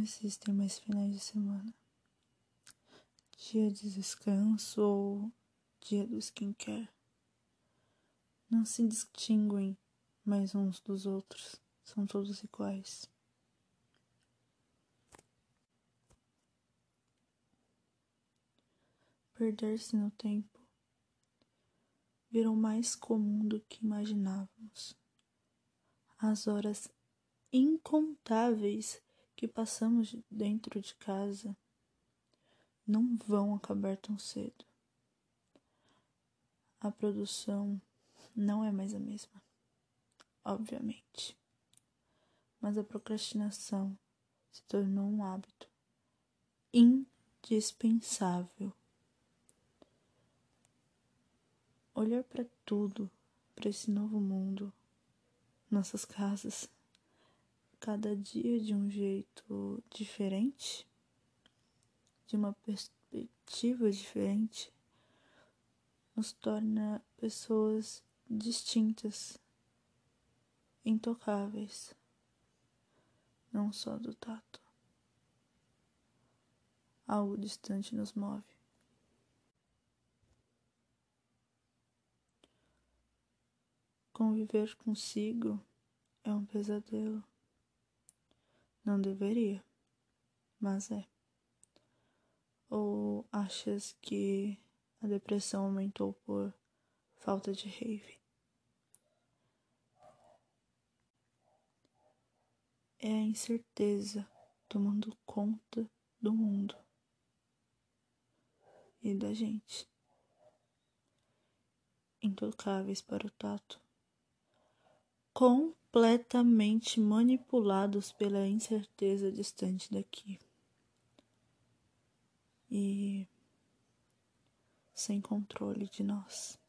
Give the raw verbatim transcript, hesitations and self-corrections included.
existem mais finais de semana. Dia de descanso ou dia do skincare. Não se distinguem mais uns dos outros. São todos iguais. Perder-se no tempo virou mais comum do que imaginávamos. As horas incontáveis que passamos dentro de casa não vão acabar tão cedo. A produção não é mais a mesma, obviamente. Mas a procrastinação se tornou um hábito indispensável. Olhar para tudo, para esse novo mundo, nossas casas, cada dia de um jeito diferente, de uma perspectiva diferente, nos torna pessoas distintas, intocáveis, não só do tato. Algo distante nos move. Conviver consigo é um pesadelo. Não deveria, mas é. Ou achas que a depressão aumentou por falta de rave? É a incerteza tomando conta do mundo e da gente. Intocáveis para o tato. Completamente manipulados pela incerteza distante daqui. E sem controle de nós.